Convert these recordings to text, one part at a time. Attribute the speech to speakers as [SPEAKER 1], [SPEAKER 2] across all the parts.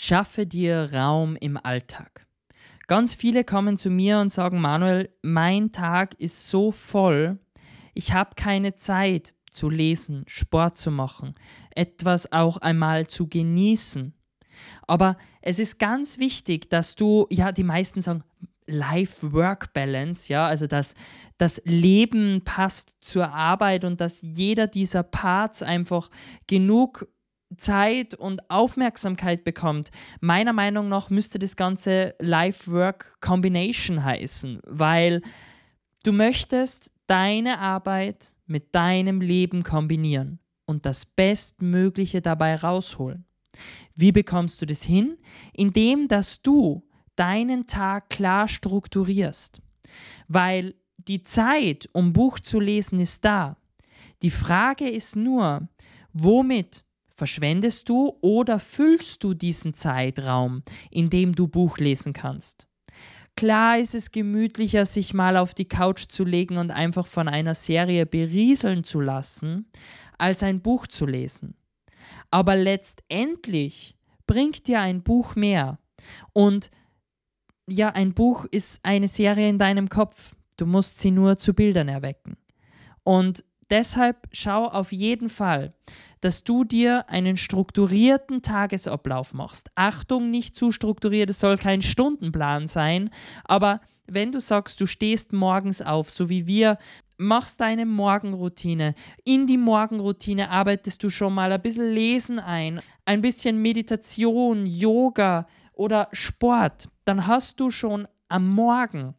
[SPEAKER 1] Schaffe dir Raum im Alltag. Ganz viele kommen zu mir und sagen: Manuel, mein Tag ist so voll, ich habe keine Zeit zu lesen, Sport zu machen, etwas auch einmal zu genießen. Aber es ist ganz wichtig, dass du, ja, die meisten sagen Life-Work-Balance, ja, also dass das Leben passt zur Arbeit und dass jeder dieser Parts einfach genug Zeit und Aufmerksamkeit bekommt. Meiner Meinung nach müsste das Ganze Life-Work-Combination heißen, weil du möchtest deine Arbeit mit deinem Leben kombinieren und das Bestmögliche dabei rausholen. Wie bekommst du das hin? Indem, dass du deinen Tag klar strukturierst. Weil die Zeit, um Buch zu lesen, ist da. Die Frage ist nur, womit verschwendest du oder füllst du diesen Zeitraum, in dem du Buch lesen kannst? Klar ist es gemütlicher, sich mal auf die Couch zu legen und einfach von einer Serie berieseln zu lassen, als ein Buch zu lesen. Aber letztendlich bringt dir ein Buch mehr. Und ja, ein Buch ist eine Serie in deinem Kopf. Du musst sie nur zu Bildern erwecken. Und deshalb schau auf jeden Fall, dass du dir einen strukturierten Tagesablauf machst. Achtung, nicht zu strukturiert, es soll kein Stundenplan sein, aber wenn du sagst, du stehst morgens auf, so wie wir, machst deine Morgenroutine. In die Morgenroutine arbeitest du schon mal ein bisschen Lesen ein bisschen Meditation, Yoga oder Sport. Dann hast du schon am Morgen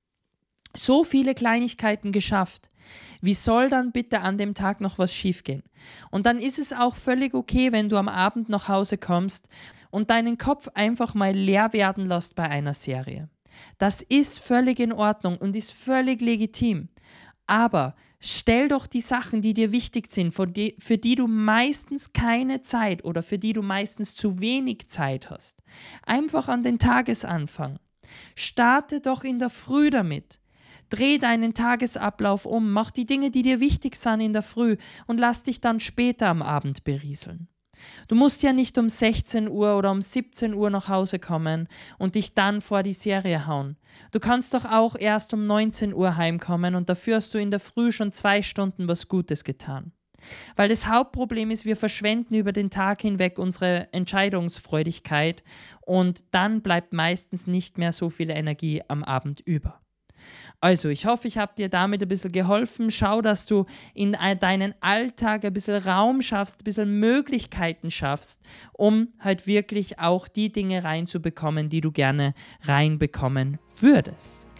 [SPEAKER 1] so viele Kleinigkeiten geschafft. Wie soll dann bitte an dem Tag noch was schiefgehen? Und dann ist es auch völlig okay, wenn du am Abend nach Hause kommst und deinen Kopf einfach mal leer werden lässt bei einer Serie. Das ist völlig in Ordnung und ist völlig legitim. Aber stell doch die Sachen, die dir wichtig sind, für die du meistens keine Zeit oder für die du meistens zu wenig Zeit hast, einfach an den Tagesanfang. Starte doch in der Früh damit. Dreh deinen Tagesablauf um, mach die Dinge, die dir wichtig sind in der Früh und lass dich dann später am Abend berieseln. Du musst ja nicht um 16 Uhr oder um 17 Uhr nach Hause kommen und dich dann vor die Serie hauen. Du kannst doch auch erst um 19 Uhr heimkommen und dafür hast du in der Früh schon 2 Stunden was Gutes getan. Weil das Hauptproblem ist, wir verschwenden über den Tag hinweg unsere Entscheidungsfreudigkeit und dann bleibt meistens nicht mehr so viel Energie am Abend über. Also, ich hoffe, ich habe dir damit ein bisschen geholfen. Schau, dass du in deinen Alltag ein bisschen Raum schaffst, ein bisschen Möglichkeiten schaffst, um halt wirklich auch die Dinge reinzubekommen, die du gerne reinbekommen würdest.